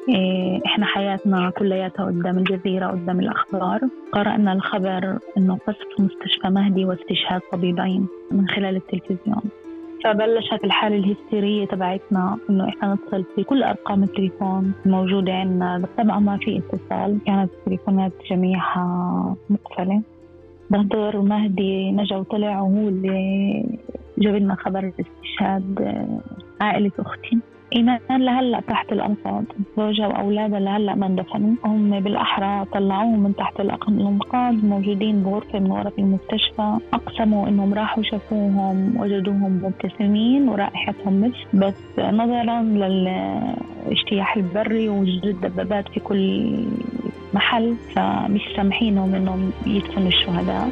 إحنا حياتنا كلياتها قدام الجزيرة، قدام الأخبار. قرأنا الخبر إنه قصف مستشفى مهدي واستشهاد طبيبين من خلال التلفزيون، فبلشت الحالة الهستيرية تبعتنا إنه إحنا نتصل في كل أرقام التليفون الموجودة عندنا، بس طبعا ما في اتصال، كانت التليفونات جميعها مقفلة. دكتور مهدي نجا وطلع، وهو اللي جاب لنا خبر الاستشهاد عائلة أختي. إيمان لهلأ تحت الأنقاض، زوجها وأولادها لهلأ ما اندفنوا. هم بالأحرى طلعوهم من تحت الأنقاض، موجودين بغرفة من غرف المستشفى. أقسموا إنهم راحوا شافوهم، وجدوهم مبتسمين ورائحتهم مش بس، نظرا للاجتياح البري ووجود الدبابات في كل محل، فمش سامحينهم إنهم يدفنوا الشهداء.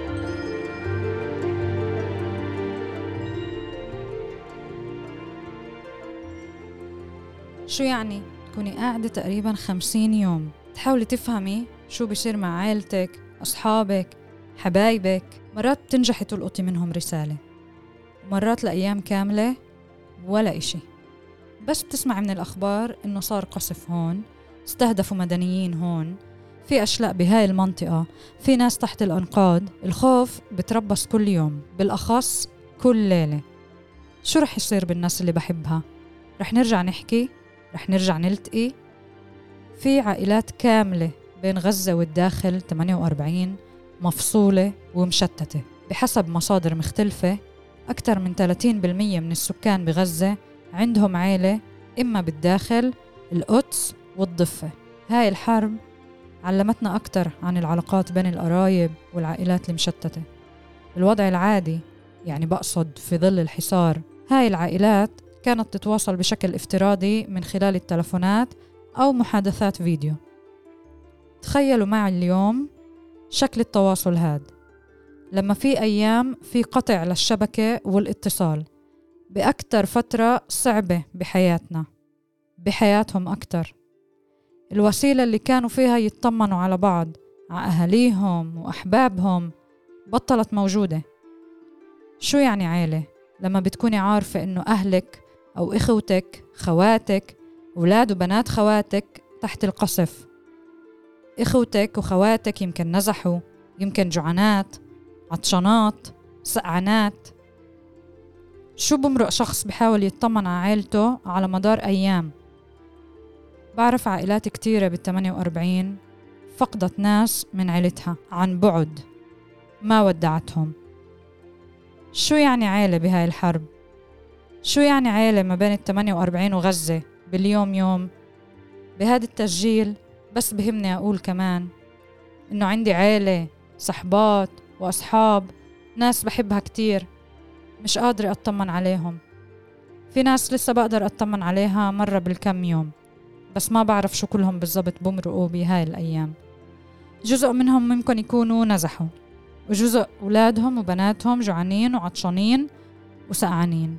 شو يعني تكوني قاعدة تقريباً 50 يوم تحاولي تفهمي شو بيصير مع عائلتك، أصحابك، حبايبك؟ مرات بتنجحي تلقطي منهم رسالة، ومرات لأيام كاملة ولا إشي. بس بتسمع من الأخبار إنه صار قصف هون، استهدفوا مدنيين هون، في أشلاء بهاي المنطقة، في ناس تحت الأنقاض. الخوف بتربص كل يوم، بالأخص كل ليلة. شو رح يصير بالناس اللي بحبها؟ رح نرجع نحكي؟ رح نرجع نلتقي؟ في عائلات كاملة بين غزة والداخل 48 مفصولة ومشتتة بحسب مصادر مختلفة. أكثر من 30% من السكان بغزة عندهم عائلة إما بالداخل، القدس والضفة. هاي الحرب علمتنا أكثر عن العلاقات بين القرايب والعائلات المشتتة. الوضع العادي، يعني بقصد في ظل الحصار، هاي العائلات كانت تتواصل بشكل افتراضي من خلال التلفونات أو محادثات فيديو. تخيلوا معي اليوم شكل التواصل هاد، لما في أيام في قطع للشبكة والاتصال بأكتر فترة صعبة بحياتنا، بحياتهم أكتر. الوسيلة اللي كانوا فيها يتطمنوا على بعض، على أهاليهم وأحبابهم، بطلت موجودة. شو يعني عيلة لما بتكوني عارفة إنه أهلك أو إخوتك، خواتك، أولاد وبنات خواتك تحت القصف؟ إخوتك وخواتك يمكن نزحوا، يمكن جوعانات، عطشانات، سقعانات. شو بمرق شخص بحاول يطمن على عائلته على مدار أيام؟ بعرف عائلات كتيرة بال48 فقدت ناس من عيلتها عن بعد، ما ودعتهم. شو يعني عائلة بهاي الحرب؟ شو يعني عائلة ما بين 48 وغزة باليوم يوم؟ بهذا التسجيل بس بهمني أقول كمان إنه عندي عائلة، صحبات وأصحاب، ناس بحبها كتير، مش قادرة أطمن عليهم. في ناس لسه بقدر أطمن عليها مرة بالكم يوم، بس ما بعرف شو كلهم بالضبط بمرقوا بهاي الأيام. جزء منهم ممكن يكونوا نزحوا، وجزء أولادهم وبناتهم جوعانين وعطشانين وسقعانين.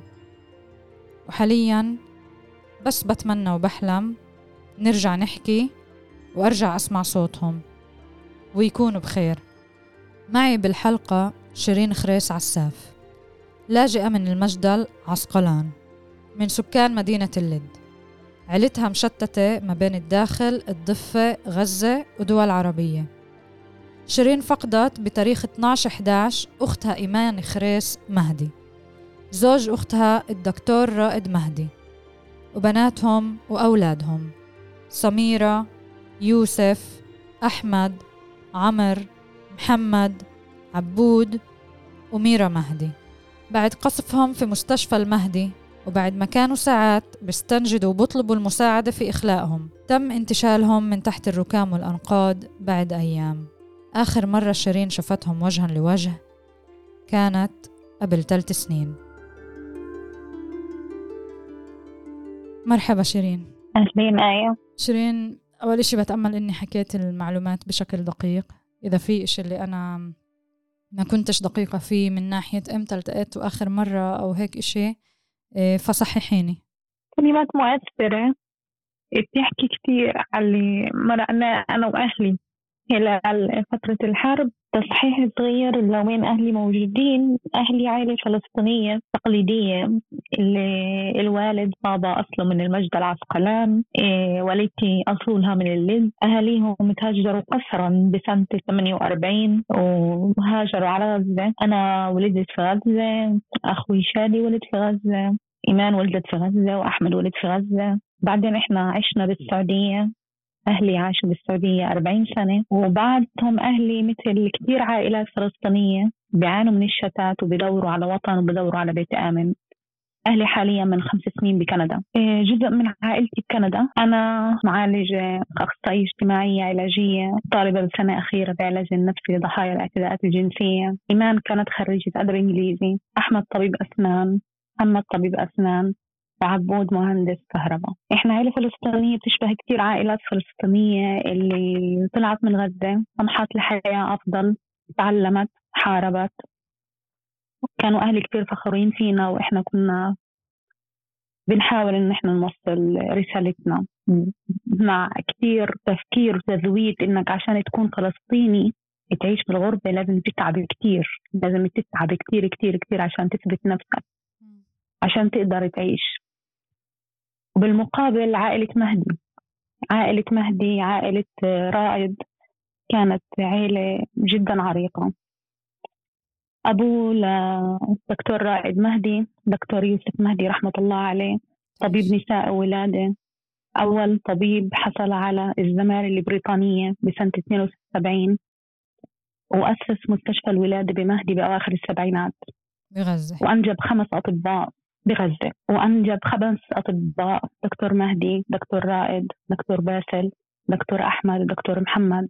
وحالياً بس بتمنى وبحلم نرجع نحكي وأرجع أسمع صوتهم ويكونوا بخير. معي بالحلقة شيرين خريس عساف، لاجئة من المجدل عسقلان، من سكان مدينة اللد. عيلتها مشتتة ما بين الداخل، الضفة، غزة ودول عربية. شيرين فقدت بتاريخ 12/11 أختها إيمان خريس مهدي، زوج أختها الدكتور رائد مهدي، وبناتهم وأولادهم سميرة، يوسف، أحمد، عمر، محمد، عبود وميرا مهدي. بعد قصفهم في مستشفى المهدي، وبعد ما كانوا ساعات بيستنجدوا وبطلبوا المساعدة في إخلاءهم، تم انتشالهم من تحت الركام والأنقاض بعد أيام. آخر مرة شيرين شفتهم وجها لوجه كانت قبل 3 سنين. مرحبا شيرين. أهلين آية. شيرين، أول إشي بتأمل إني حكيت المعلومات بشكل دقيق. إذا في إشي اللي أنا ما كنتش دقيقة فيه من ناحية إمتى التقيت آخر مرة أو هيك إشي، فصححيني. كلمات مؤثرة بتحكي كتير على اللي مرقنا أنا وأهلي خلال فترة الحرب تصحيح صغير لوين أهلي موجودين. أهلي عائلة فلسطينية تقليدية، اللي الوالد بابا أصله من المجد العسقلان، والدتي أصولها من اللد. أهاليهم تهاجروا قسرا بسنة 48 وهاجروا على غزة. أنا ولدت في غزة، أخوي شادي ولد في غزة، إيمان ولدت في غزة، وأحمد ولد في غزة. بعدين إحنا عشنا بالسعودية. أهلي عاشوا بالسعودية 40 سنة، وبعدهم أهلي مثل كثير عائلات فلسطينية بيعانوا من الشتات وبيدوروا على وطن وبيدوروا على بيت آمن. أهلي حاليا من 5 سنين بكندا. جزء من عائلتي بكندا. أنا معالجة أخصائية اجتماعية علاجية، طالبة بسنة أخيرة بعلاج النفسي لضحايا الاعتداءات الجنسية. إيمان كانت خريجة أدب إنجليزي، أحمد طبيب أسنان، محمد طبيب أسنان، وعبود مهندس كهرباء. إحنا عائلة فلسطينية بتشبه كتير عائلات فلسطينية اللي طلعت من غزة، طمحت لحياة أفضل، تعلمت، حاربت. كانوا أهلي كتير فخورين فينا، وإحنا كنا بنحاول إن إحنا نوصل رسالتنا مع كتير تفكير وتذويت. إنك عشان تكون فلسطيني تعيش بالغربة لازم تتعب كتير، لازم تتعب كتير كتير كتير عشان تثبت نفسك، عشان تقدر تعيش. وبالمقابل عائلة رائد كانت عائلة جدا عريقة. أبوه لدكتور رائد مهدي، دكتور يوسف مهدي رحمة الله عليه، طبيب نساء وولادة، أول طبيب حصل على الزمالة البريطانية بسنة 72، وأسس مستشفى الولادة بمهدي بأواخر السبعينات بغزة، وأنجب 5 أطباء بغزة، وأنجب 5 أطباء: دكتور مهدي، دكتور رائد، دكتور باسل، دكتور أحمد، دكتور محمد،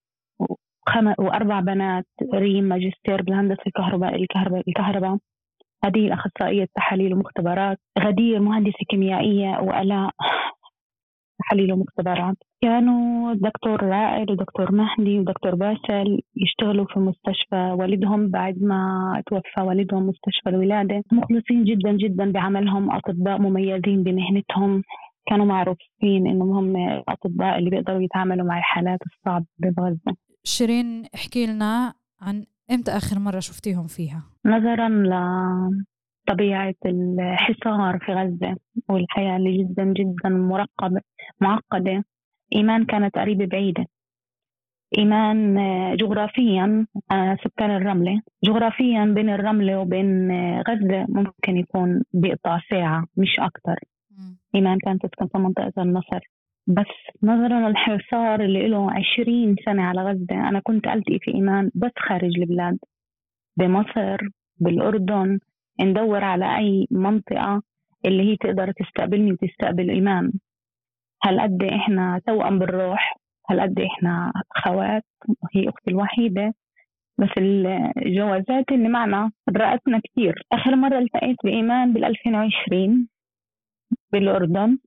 و4 بنات: ريم ماجستير بالهندسة الكهرباء، هذه الأخصائية تحاليل ومختبرات، غدير مهندسة كيميائية، وآلاء تحاليل ومختبرات. كانوا دكتور رائد ودكتور مهدي ودكتور باسل يشتغلوا في مستشفى والدهم بعد ما توفى والدهم، مستشفى الولادة. مخلصين جدا جدا بعملهم، أطباء مميزين بمهنتهم، كانوا معروفين إنهم هم الأطباء اللي بيقدروا يتعاملوا مع الحالات الصعبة بغزة. شيرين، احكي لنا عن امتى آخر مرة شفتيهم فيها؟ نظرا لطبيعة الحصار في غزة والحياة اللي جدا جدا معقدة، إيمان كانت قريبة بعيدة. إيمان جغرافيا سكان الرملة، جغرافيا بين الرملة وبين غزة ممكن يكون بيقطع ساعة مش أكتر. إيمان كانت تسكن في منطقة النصر، بس نظرا للحصار اللي له 20 سنة على غزة، أنا كنت ألتقي في إيمان بس خارج البلاد، بمصر، بالأردن، ندور على أي منطقة اللي هي تقدر تستقبلني وتستقبل إيمان. هالقد إحنا توأم بالروح، هالقد إحنا خوات، هي أختي الوحيدة، بس الجوازات اللي معنا رأتنا كتير. آخر مرة التقيت بإيمان بال2020 بالأردن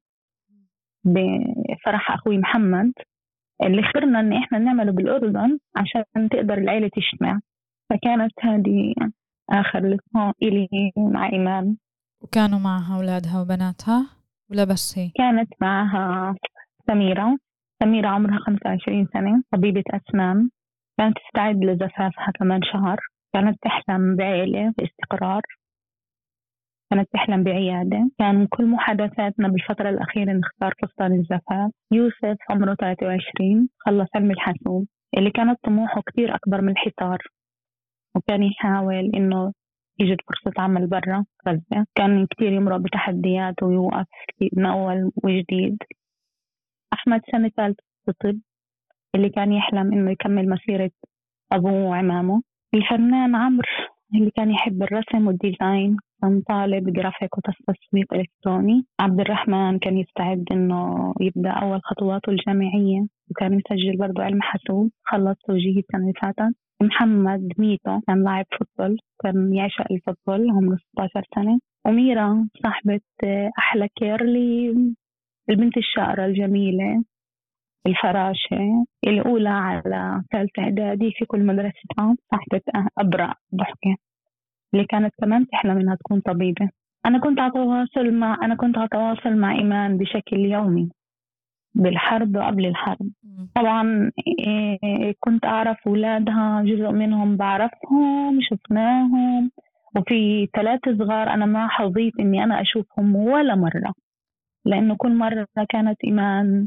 بفرح أخوي محمد، اللي اخترنا إن إحنا نعمله بالأردن عشان تقدر العيلة تجتمع. فكانت هذه آخر لقاء إلي مع إيمان. وكانوا معها أولادها وبناتها ولا بس هي؟ كانت معها سميرة عمرها 25 سنة، طبيبة أسنان، كانت تستعد لزفافها كمان شهر. كانت تحلم بعيلة، باستقرار، كانت تحلم بعيادة. كان كل محادثاتنا بالفترة الأخيرة نختار فستان الزفاف. يوسف عمره 23، خلص علم الحاسوب، اللي كانت طموحه كتير أكبر من الحصار، وكان يحاول إنه يجد فرصة عمل برا غزة. كان كتير يمرق بتحديات ويوقف من أول وجديد. أحمد سنة ثالثة طب، اللي كان يحلم إنه يكمل مسيرة أبوه وعمامه. الفنان عمرو، اللي كان يحب الرسم والديزاين، كان طالب جرافيك وتسويق إلكتروني. عبد الرحمن كان يستعد إنه يبدأ أول خطواته الجامعية، وكان يسجل برضو علم حاسوب، خلص توجيهي السنة اللي فاتت. محمد ميتو كان لاعب فوتبول، كان يعشق الفوتبول، عمره 16 سنة. وميرا صاحبة أحلى كيرلي، البنت الشقرة الجميلة الفراشة، الأولى على ثالثة إعدادي في كل مدرستها، صاحبة أبرع ضحكة، اللي كانت كمان تحلم إنها تكون طبيبة. أنا كنت أتواصل مع إيمان بشكل يومي، بالحرب وقبل الحرب. مم. طبعا كنت أعرف أولادها، جزء منهم بعرفهم شفناهم، وفي 3 صغار أنا ما حظيت إني أنا أشوفهم ولا مرة، لأنه كل مرة كانت إيمان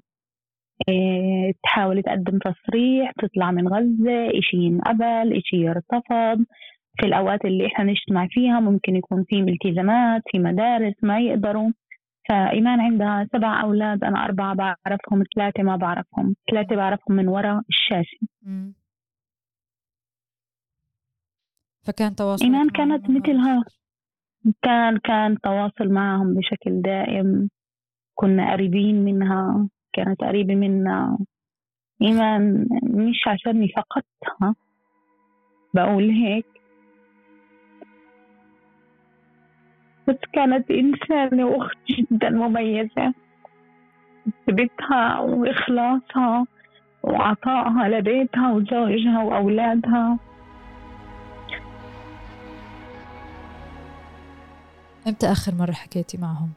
تحاول تقدم تصريح، تطلع من غزة، إشي ينقبل إشي يرتفض. في الأوقات اللي إحنا نجتمع فيها ممكن يكون في التزامات في مدارس ما يقدروا. فإيمان عندها 7 أولاد، أنا 4 بعرفهم، 3 ما بعرفهم، 3 بعرفهم من وراء الشاشة. مم. فكان تواصلك إيمان معهم كانت من وراء مثلها، الشاشة. كان تواصل معهم بشكل دائم، كنا قريبين منها، كانت قريبة منا. إيمان مش عشاني فقدتها بقول هيك، بس كانت إنسانة وأخت جدا مميزة. بيتها وإخلاصها وعطائها لبيتها وزوجها وأولادها. امتى آخر مرة حكيتي معهم؟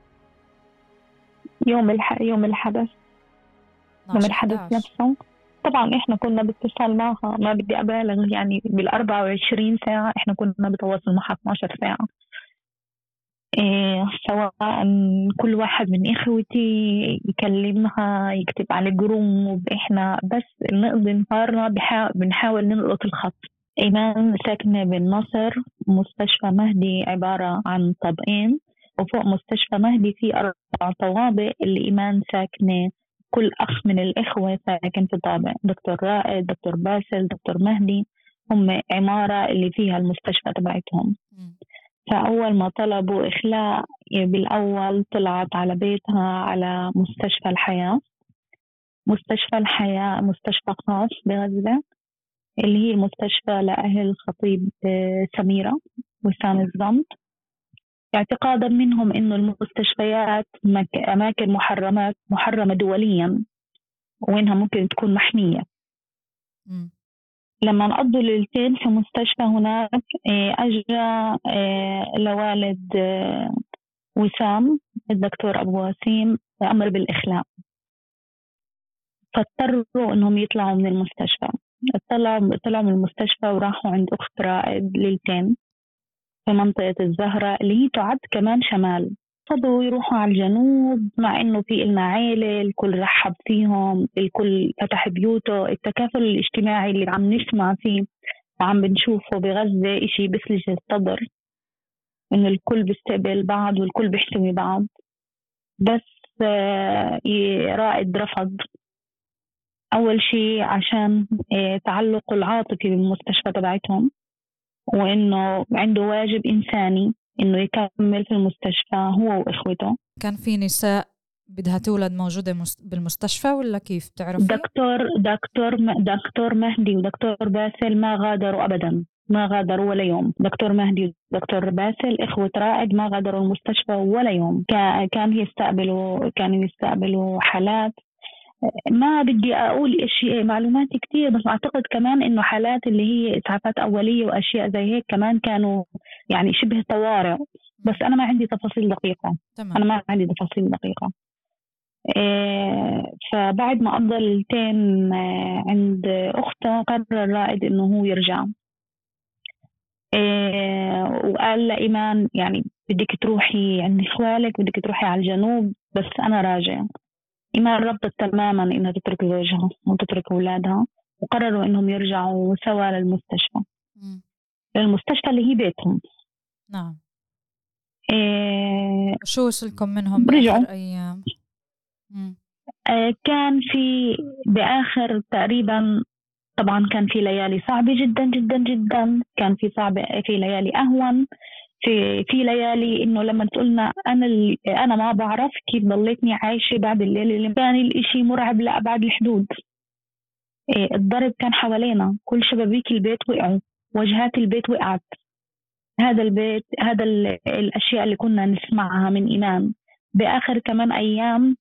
يوم الحدث، يوم 12 الحدث 11. نفسه. طبعا إحنا كنا باتصال معها، ما بدي أبالغ، يعني بال24 ساعة إحنا كنا بتواصل معها 12 ساعة. سواء كل واحد من إخوتي يكلمها، يكتب على جروب، إحنا بس نقضي نهارنا بنحاول نلقط الخط. إيمان ساكنة بالنصر، مستشفى مهدي عبارة عن طابقين، وفوق مستشفى مهدي في 4 طوابق اللي إيمان ساكنة. كل أخ من الإخوة ساكن في طابق، دكتور رائد، دكتور باسل، دكتور مهدي، هم عمارة اللي فيها المستشفى تبعتهم. مم. فأول ما طلبوا إخلاء بالأول طلعت على بيتها على مستشفى الحياة. مستشفى الحياة مستشفى خاص بغزة، اللي هي المستشفى لأهل خطيب سميرة وسام الزمط، اعتقادا منهم إنه المستشفيات أماكن محرمة دوليا، وإنها ممكن تكون محمية. مم. لما قضوا ليلتين في مستشفى هناك، أجى لوالد وسام الدكتور أبو وسيم أمر بالإخلاء، فاضطروا إنهم يطلعوا من المستشفى. طلعوا من المستشفى وراحوا عند أخت رائد ليلتين في منطقة الزهرة اللي هي تعد كمان شمال. فضوا يروحوا على الجنوب، مع إنه في إلنا عيلة، الكل رحب فيهم، الكل فتح بيوته. التكافل الاجتماعي اللي عم نسمع فيه وعم بنشوفه بغزة إشي بثلج الصدر، إنه الكل بيستقبل بعض والكل بيحتوي بعض. بس رائد رفض. أول شيء عشان تعلقه العاطفي بالمستشفى تبعتهم، وإنه عنده واجب إنساني إنه يكمل في المستشفى هو وإخوته. كان في نساء بدها تولد موجودة بالمستشفى ولا كيف تعرفي؟ دكتور مهدي ودكتور باسل ما غادروا أبدا، ما غادروا ولا يوم. دكتور مهدي ودكتور باسل إخوة رائد ما غادروا المستشفى ولا يوم. كانوا يستقبلوا حالات. ما بدي أقول إشي معلومات كتير، بس أعتقد كمان إنه حالات اللي هي إسعافات أولية وأشياء زي هيك كمان كانوا يعني شبه طوارئ. بس أنا ما عندي تفاصيل دقيقة. تمام. أنا ما عندي تفاصيل دقيقة. فبعد ما قضى ليلتين عند أخته، قرر رائد إنه هو يرجع. وقال لإيمان يعني بدك تروحي عند إخوالك، بدك تروحي على الجنوب، بس أنا راجع. إيمان رفضت تماما إنها تترك زوجها وتترك أولادها، وقرروا إنهم يرجعوا سوا للمستشفى. للمستشفى اللي هي بيتهم. نعم. شو وصلكم منهم رجعوا. بآخر أيام؟ كان في بآخر تقريبا، طبعا كان في ليالي صعبة جدا جدا جدا، كان في ليالي أهون، في ليالي إنه لما تقولنا أنا ما بعرف كيف ضليتني عايشة بعد الليل اللي كان الإشي مرعب لأبعد الحدود. الضرب كان حوالينا، كل شبابيك البيت وقعوا، وجهات البيت وقعت. هذا البيت، الأشياء اللي كنا نسمعها من إيمان. بآخر كمان أيام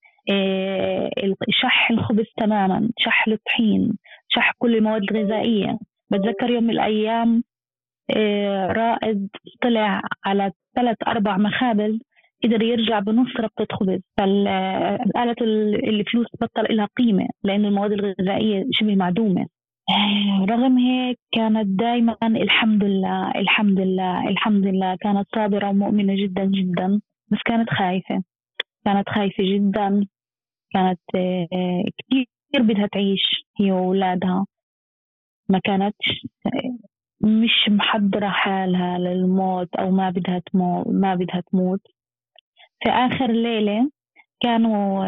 شح الخبز تماما، شح الطحين، شح كل المواد الغذائية. بتذكر يوم من الأيام رائد طلع على 3-4 مخابز قدر يرجع بنص ربطة خبز. فالآلة الفلوس بطل لها قيمة لأن المواد الغذائية شبه معدومة. رغم هيك كانت دائما الحمد لله الحمد لله الحمد لله، كانت صابرة ومؤمنة جدا جدا، بس كانت خايفة، كانت خايفة جدا، كانت كتير بدها تعيش هي وأولادها، ما كانتش مش محضرة حالها للموت أو ما بدها تموت، ما بدها تموت. في آخر ليلة كانوا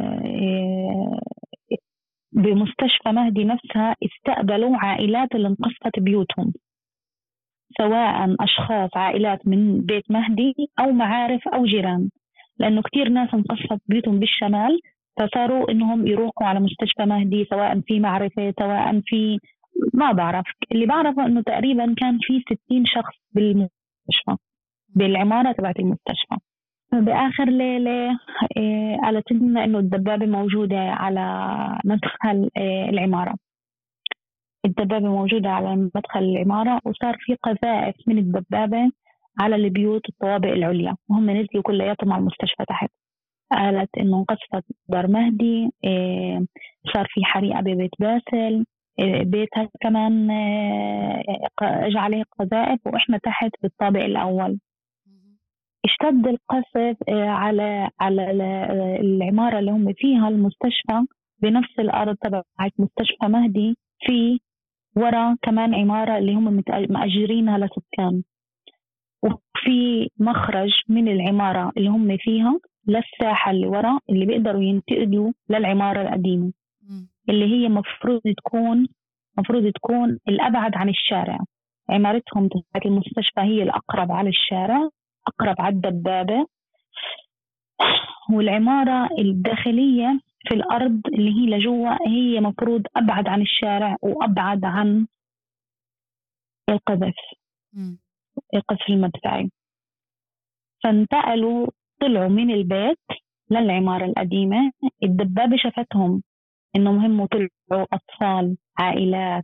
بمستشفى مهدي نفسها استقبلوا عائلات اللي انقصفت بيوتهم، سواء أشخاص عائلات من بيت مهدي أو معارف أو جيران، لأنه كتير ناس انقصفت بيوتهم بالشمال، فصاروا إنهم يروحوا على مستشفى مهدي، سواء في معرفة سواء في ما بعرف. اللي بعرفه إنه تقريبا كان في 60 شخص بالمستشفى، بالعمارة تبعت المستشفى. بآخر ليلة قالت لنا إنه الدبابة موجودة على مدخل العمارة، الدبابة موجودة على مدخل العمارة، وصار في قذائف من الدبابة على البيوت الطوابق العليا، وهم نزلوا كلياتهم على المستشفى تحت. قالت إنه انقصفت دار مهدي، صار في حريقة ببيت باسل، بيتها كمان اجى عليه قذائف، وإحنا تحت بالطابق الأول. اشتد القصف على العمارة اللي هم فيها المستشفى، بنفس الأرض تبعت مستشفى مهدي، في ورا كمان عمارة اللي هم مأجرينها لسكان، وفي مخرج من العمارة اللي هم فيها للساحة اللي ورا اللي بيقدروا ينتقلوا للعمارة القديمة اللي هي مفروض تكون الأبعد عن الشارع. عمارتهم تبعت المستشفى هي الأقرب على الشارع، أقرب على الدبابة، والعمارة الداخلية في الأرض اللي هي لجوه هي مفروض أبعد عن الشارع وأبعد عن القذف المدفعي. فانتقلوا، طلعوا من البيت للعمارة القديمة، الدبابة شفتهم إنهم هم طلعوا أطفال، عائلات،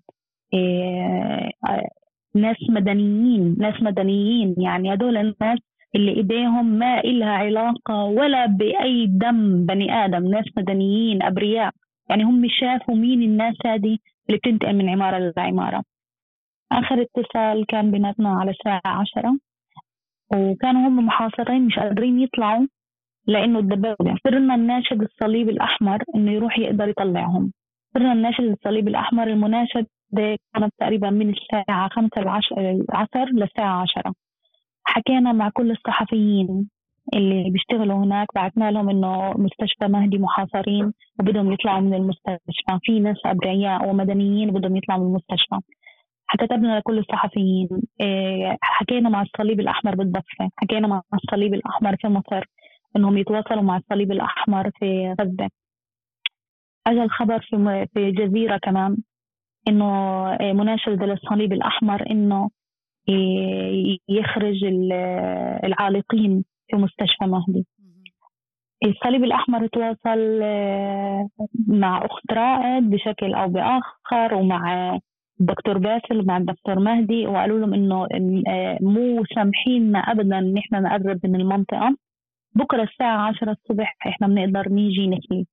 ناس مدنيين، يعني هدول الناس اللي إيديهم ما إلها علاقة ولا بأي دم بني آدم، ناس مدنيين أبرياء، يعني هم شافوا مين الناس هذه اللي بتنتقل من عمارة لعمارة. آخر اتصال كان بيناتنا على الساعة 10، وكانوا هم محاصرين مش قادرين يطلعوا لأنه الدبابة. صرنا الناشد الصليب الأحمر إنه يروح يقدر يطلعهم. صرنا الناشد الصليب الأحمر، المناشد كانت تقريبا من الساعة 5 العصر للساعة 10. حكينا مع كل الصحفيين اللي بيشتغلوا هناك، بعثنا لهم إنه مستشفى مهدي محاصرين وبدهم يطلعوا من المستشفى، في ناس أبرياء ومدنيين بدهم يطلعوا من المستشفى. كتبنا لكل الصحفيين، حكينا مع الصليب الأحمر بالضفة، حكينا مع الصليب الأحمر في مصر إنهم يتواصلوا مع الصليب الأحمر في غزة. أجى الخبر في جزيرة كمان إنه مناشدة للصليب الأحمر إنه يخرج العالقين في مستشفى مهدي. الصليب الأحمر تواصل مع أخت رائد بشكل أو بآخر، ومع الدكتور باسل ومع الدكتور مهدي، وقالوا لهم إنه مو سامحيننا أبدا إن إحنا نقرب من المنطقة. بكرة الساعة 10 الصبح إحنا بنقدر نيجي نخلي.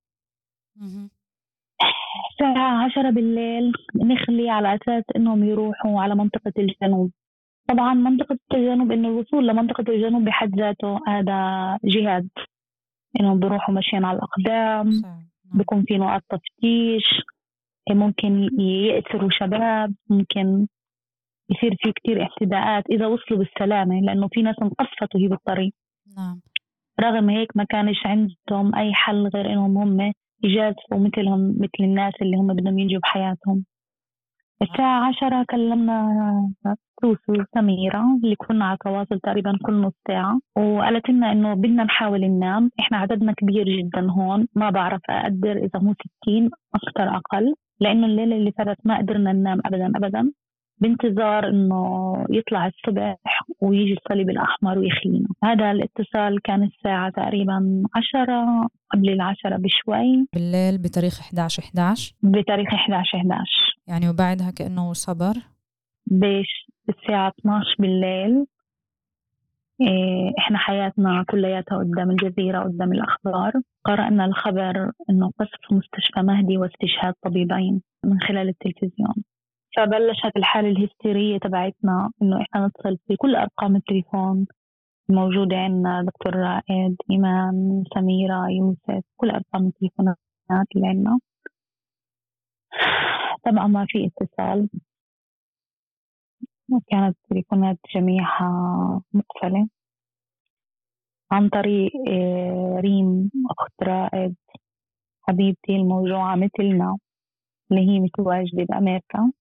الساعة 10 بالليل نخلي على أساس إنهم يروحوا على منطقة الجنوب. طبعا منطقة الجنوب، إنه الوصول لمنطقة الجنوب بحد ذاته هذا جهاد، إنهم بيروحوا ماشيين على الأقدام، بيكون في نقاط تفتيش، ممكن يأثروا شباب، ممكن يصير في كتير اعتداءات إذا وصلوا بالسلامة، لأنه في ناس انقصفت وهي بالطريق. نعم. رغم هيك ما كانش عندهم أي حل غير إنهم هم يجازفوا مثل الناس اللي هم بدهم ينجوا بحياتهم. الساعة 10 كلمنا سوسو سميرة اللي كنا على تواصل تقريبا كل نص ساعة، وقالت لنا إنه بدنا نحاول ننام، إحنا عددنا كبير جدا هون، ما بعرف أقدر إذا هو 60 أكثر أقل، لأنه الليلة اللي فاتت ما قدرنا ننام أبدا بانتظار إنه يطلع الصبح ويجي الصليب الأحمر ويخلينا. هذا الاتصال كان الساعة تقريبا 10 قبل 10 بشوي بالليل بتاريخ 11 بتاريخ 11 يعني، وبعدها كأنه صبر الساعة 12 بالليل إحنا حياتنا كلياتها قدام الجزيرة قدام الأخبار. قرأنا الخبر إنه قصف مستشفى مهدي واستشهاد طبيبين من خلال التلفزيون. فبلشت الحالة الهستيرية تبعتنا إنه إحنا نتصل في كل أرقام التليفون موجودة عندنا، دكتور رائد، إيمان، سميرة، يوسف، كل أرقام التليفونات اللي عندنا. طبعا ما في اتصال، كانت التليفونات جميعها مقفلة. عن طريق ريم أخت رائد حبيبتي الموجوعة مثلنا اللي هي متواجدة بأمريكا،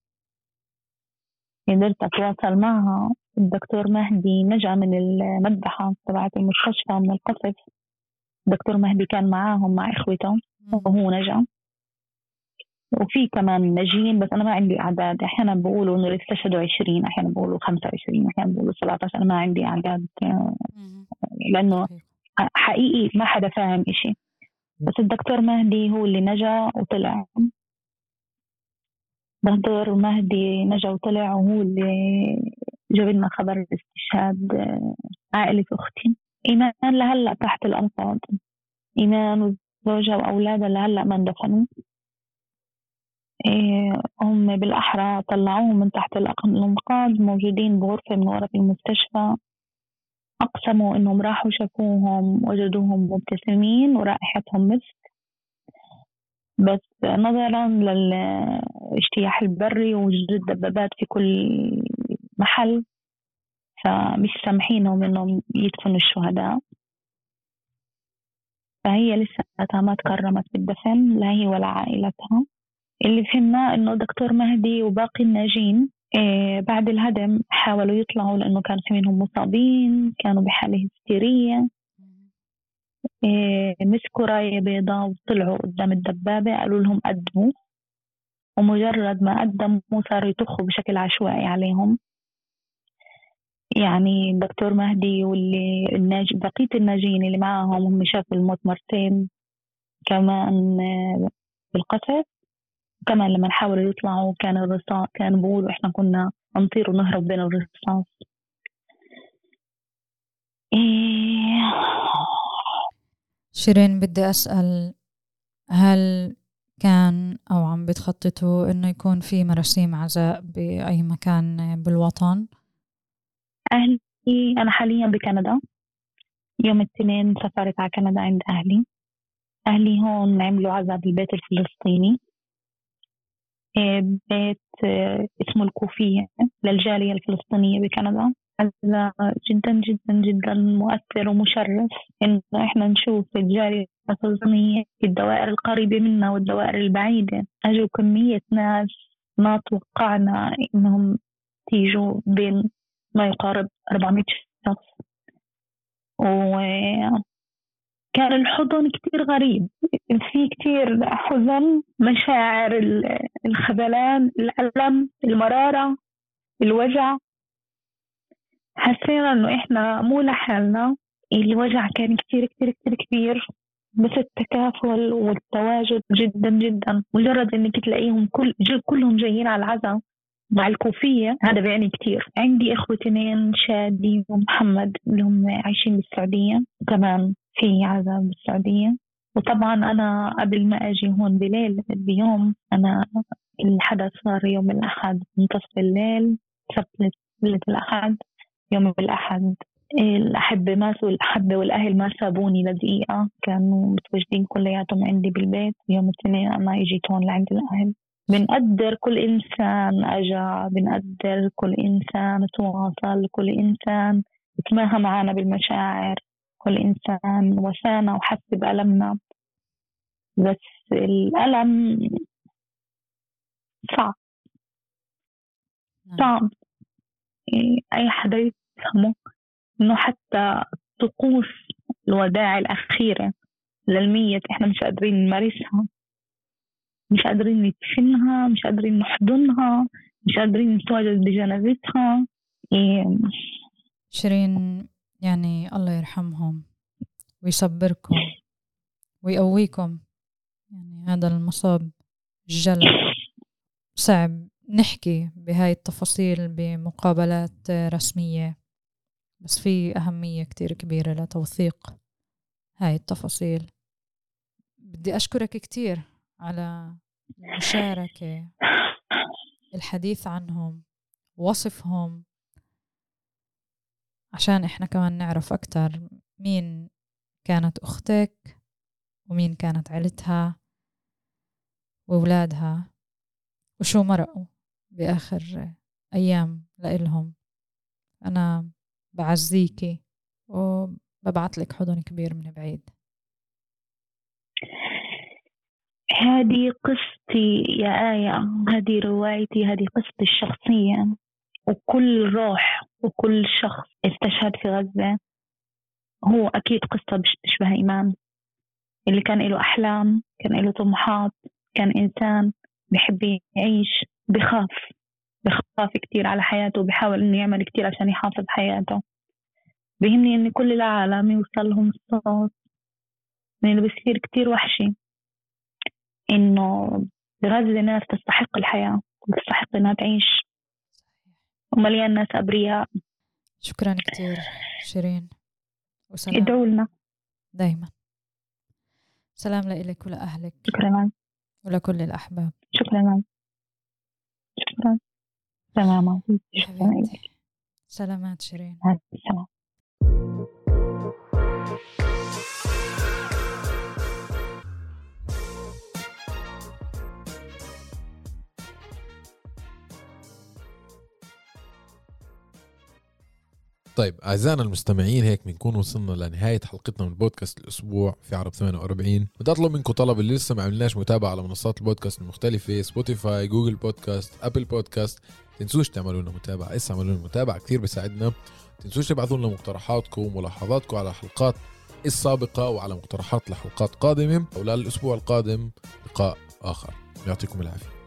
قدرت أتواصل معها. الدكتور مهدي نجا من المذبحة تبعت المستشفى من القصف. الدكتور مهدي كان معاهم مع إخوته وهو نجا. وفي كمان ناجين بس أنا ما عندي أعداد، أحيانا بقولوا إنه استشهدوا 20، أحيانا بقولوا 25، أحيانا بقولوا 17. أنا ما عندي أعداد لأنه حقيقي ما حدا فاهم إشي. بس الدكتور مهدي هو اللي نجا وطلع. دكتور مهدي نجا وطلع وهو اللي جاب لنا خبر الاستشهاد عائلة أختي. إيمان لهلأ تحت الأنقاض، إيمان وزوجها وأولادها لهلأ ما اندفنوا. هم بالأحرى طلعوهم من تحت الأنقاض، موجودين بغرفة من غرف المستشفى. أقسموا إنهم راحوا شافوهم وجدوهم مبتسمين ورائحتهم مسك، بس نظرا للاجتياح البري ووجود الدبابات في كل محل فمش سامحينهم إنهم يدفنوا الشهداء. فهي لسه ما تكرمت بالدفن، لا هي ولا عائلتها. اللي فهمناه إنه دكتور مهدي وباقي الناجين بعد الهدم حاولوا يطلعوا لأنه كان في منهم مصابين، كانوا بحالة هستيرية. مسكوا راية بيضاء وطلعوا قدام الدبابة، قالوا لهم قدموا، ومجرد ما قدموا صاروا يطخوا بشكل عشوائي عليهم. يعني الدكتور مهدي واللي بقية الناجين اللي معاهم هم شافوا الموت مرتين كمان بالقصف. كمان لما حاولوا يطلعوا كان الرصاص، كان بيقولوا احنا كنا نطير ونهرب بين الرصاص. شيرين، بدي أسأل، هل كان أو عم بتخططوا إنه يكون في مراسيم عزاء بأي مكان بالوطن؟ أهلي، أنا حاليا بكندا. يوم الاثنين سافرت على كندا عند أهلي هون عملوا عزاء بالبيت الفلسطيني، بيت اسمه الكوفية للجالية الفلسطينية بكندا. عزاء جدا جدا جدا مؤثر ومشرف إنه إحنا نشوف الجالية الفلسطينية في الدوائر القريبة منا والدوائر البعيدة. أجوا كمية ناس ما توقعنا إنهم تيجوا، بين ما يقارب 400 شخص. وكان الحضن كتير غريب، في كتير حزن، مشاعر الخذلان، الألم، المرارة، الوجع. حسينا إنه إحنا مو لحالنا، الوجع كان كتير كتير كتير كبير، بس التكافل والتواجد جدا جدا. مجرد إنك تلاقيهم كلهم جايين على العزاء مع الكوفية، هذا بيعني كتير. عندي إخوة 2، شادي ومحمد، اللي هم عايشين بالسعودية، وكمان في عزاء بالسعودية. وطبعا أنا قبل ما أجي هون بيوم أنا الحدث صار يوم الأحد منتصف الليل، سبت ليلة الأحد. يوم الأحد الأحبة والأهل ما سابوني لدقيقة، كانوا متواجدين كلياتهم عندي بالبيت. يوم الاثنين أنا جيت هون لعند الأهل. بنقدر كل إنسان أجا، بنقدر كل إنسان تواصل، كل إنسان تماهى معنا بالمشاعر، كل إنسان وسانا وحس بألمنا. بس الألم صعب صعب، أي حدا يفهمه. إنه حتى طقوس الوداع الأخيرة للميت إحنا مش قادرين نمارسها، مش قادرين ندفنها، مش قادرين نحضنها، مش قادرين نتواجد بجنازتها. شيرين، يعني الله يرحمهم ويصبركم ويقويكم. يعني هذا المصاب الجلل صعب نحكي بهاي التفاصيل بمقابلات رسمية، بس في أهمية كتير كبيرة لتوثيق هاي التفاصيل. بدي أشكرك كتير على المشاركة، الحديث عنهم، وصفهم، عشان إحنا كمان نعرف أكتر مين كانت أختك ومين كانت عيلتها وأولادها وشو مرقوا بآخر أيام لإلهم. أنا بعزيكي وببعت لك حضن كبير من بعيد. هذه قصتي يا آية، هذه روايتي، هذه قصتي الشخصية، وكل روح وكل شخص استشهد في غزة هو أكيد قصة بتشبه إيمان، اللي كان له أحلام، كان له طموحات، كان إنسان بيحب يعيش، بخاف كتير على حياته، وبيحاول إنه يعمل كتير عشان يحافظ حياته. بيهمني إن كل العالم يوصل لهم الصوت من اللي بيصير كتير وحشي، إنه غزة ناس تستحق الحياة وتستحق إنها تعيش، ومليان ناس أبرياء. شكرا كتير شيرين، وسلام. ادعوا لنا دايما. سلام لإلك ولأهلك. شكرا ولكل الأحباب. شكرا. سلامات. سلامات شيرين. السلام. طيب أعزائنا المستمعين، هيك بنكون وصلنا لنهاية حلقتنا من بودكاست الأسبوع في عرب 48. بدي أطلب منكم طلب، اللي لسه ما عملناش متابعة على منصات البودكاست المختلفة، سبوتيفاي، جوجل بودكاست، أبل بودكاست، تنسوش تعملوا لنا متابعة. اعملوا لنا متابعة كثير بيساعدنا. تنسوش تبعثوا لنا مقترحاتكم وملاحظاتكم على الحلقات السابقة وعلى مقترحات لحلقات قادمة، أو للأسبوع القادم لقاء آخر. يعطيكم العافية.